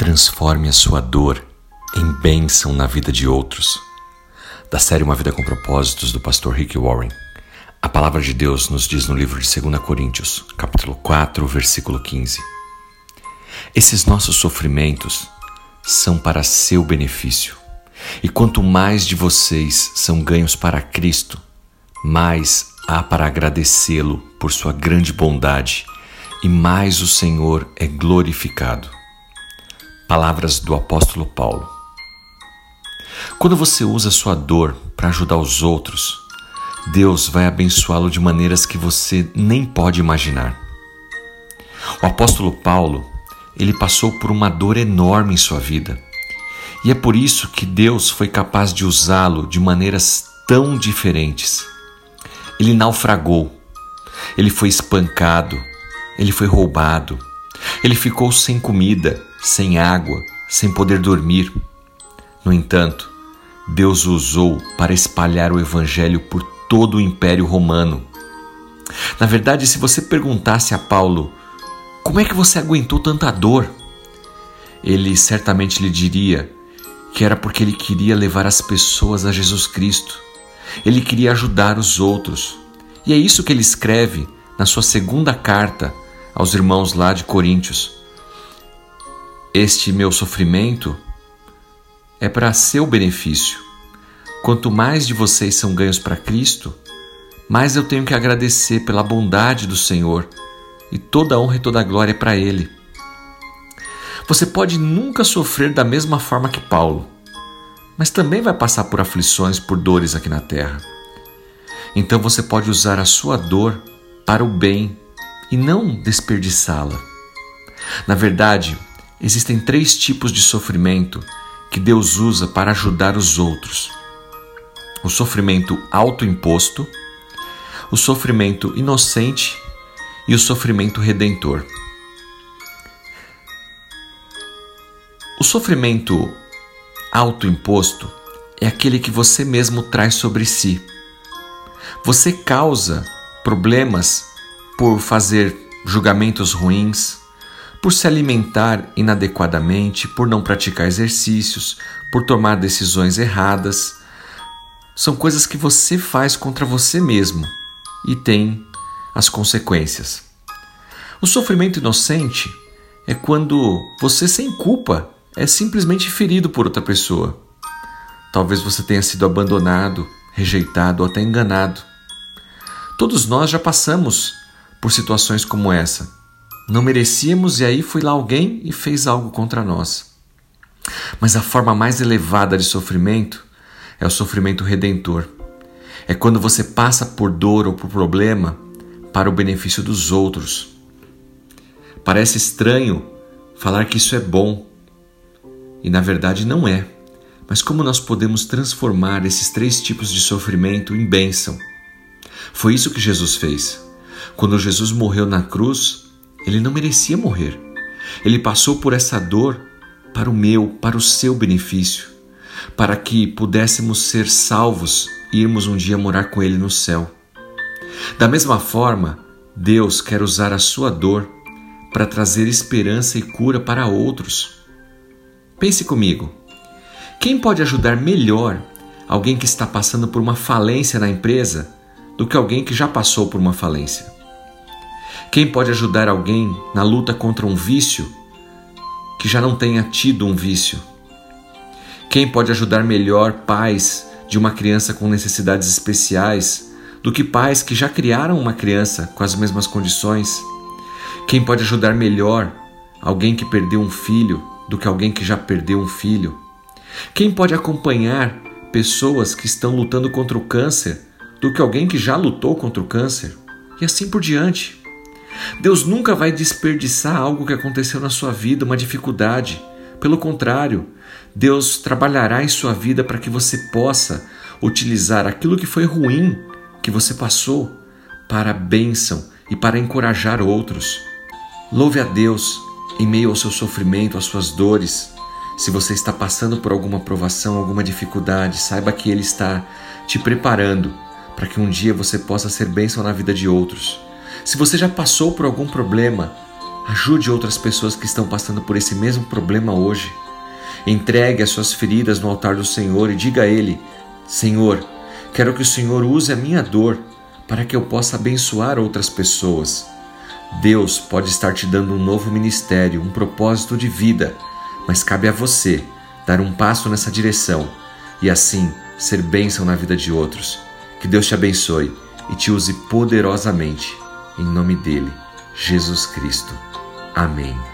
Transforme a sua dor em bênção na vida de outros. Da série Uma Vida com Propósitos, do pastor Rick Warren. A palavra de Deus nos diz no livro de 2 Coríntios, capítulo 4, versículo 15. Esses nossos sofrimentos são para seu benefício. E quanto mais de vocês são ganhos para Cristo, mais há para agradecê-lo por sua grande bondade e mais o Senhor é glorificado. Palavras do apóstolo Paulo. Quando você usa sua dor para ajudar os outros, Deus vai abençoá-lo de maneiras que você nem pode imaginar. O apóstolo Paulo, ele passou por uma dor enorme em sua vida. E é por isso que Deus foi capaz de usá-lo de maneiras tão diferentes. Ele naufragou, ele foi espancado, ele foi roubado, ele ficou sem comida, sem água, sem poder dormir. No entanto, Deus o usou para espalhar o Evangelho por todo o Império Romano. Na verdade, se você perguntasse a Paulo, como é que você aguentou tanta dor? Ele certamente lhe diria que era porque ele queria levar as pessoas a Jesus Cristo. Ele queria ajudar os outros. E é isso que ele escreve na sua segunda carta aos irmãos lá de Coríntios. Este meu sofrimento é para seu benefício. Quanto mais de vocês são ganhos para Cristo, mais eu tenho que agradecer pela bondade do Senhor, e toda a honra e toda a glória é para Ele. Você pode nunca sofrer da mesma forma que Paulo, mas também vai passar por aflições, por dores aqui na terra. Então você pode usar a sua dor para o bem e não desperdiçá-la. Na verdade, existem 3 tipos de sofrimento que Deus usa para ajudar os outros: o sofrimento autoimposto, o sofrimento inocente e o sofrimento redentor. O sofrimento autoimposto é aquele que você mesmo traz sobre si. Você causa problemas por fazer julgamentos ruins, por se alimentar inadequadamente, por não praticar exercícios, por tomar decisões erradas. São coisas que você faz contra você mesmo e tem as consequências. O sofrimento inocente é quando você, sem culpa, é simplesmente ferido por outra pessoa. Talvez você tenha sido abandonado, rejeitado ou até enganado. Todos nós já passamos por situações como essa. Não merecíamos e aí foi lá alguém e fez algo contra nós. Mas a forma mais elevada de sofrimento é o sofrimento redentor. É quando você passa por dor ou por problema para o benefício dos outros. Parece estranho falar que isso é bom, e na verdade não é. Mas como nós podemos transformar esses 3 tipos de sofrimento em bênção? Foi isso que Jesus fez. Quando Jesus morreu na cruz, ele não merecia morrer. Ele passou por essa dor para o meu, para o seu benefício, para que pudéssemos ser salvos e irmos um dia morar com ele no céu. Da mesma forma, Deus quer usar a sua dor para trazer esperança e cura para outros. Pense comigo. Quem pode ajudar melhor alguém que está passando por uma falência na empresa do que alguém que já passou por uma falência? Quem pode ajudar alguém na luta contra um vício que já não tenha tido um vício? Quem pode ajudar melhor pais de uma criança com necessidades especiais do que pais que já criaram uma criança com as mesmas condições? Quem pode ajudar melhor alguém que perdeu um filho do que alguém que já perdeu um filho? Quem pode acompanhar pessoas que estão lutando contra o câncer do que alguém que já lutou contra o câncer? E assim por diante. Deus nunca vai desperdiçar algo que aconteceu na sua vida, uma dificuldade. Pelo contrário, Deus trabalhará em sua vida para que você possa utilizar aquilo que foi ruim que você passou para a bênção e para encorajar outros. Louve a Deus em meio ao seu sofrimento, às suas dores. Se você está passando por alguma provação, alguma dificuldade, saiba que Ele está te preparando para que um dia você possa ser bênção na vida de outros. Se você já passou por algum problema, Ajude outras pessoas que estão passando por esse mesmo problema hoje. Entregue as suas feridas no altar do Senhor e diga a Ele: Senhor, quero que o Senhor use a minha dor para que eu possa abençoar outras pessoas. Deus pode estar te dando um novo ministério, um propósito de vida, mas cabe a você dar um passo nessa direção e assim ser bênção na vida de outros. Que Deus te abençoe e te use poderosamente. Em nome dele, Jesus Cristo. Amém.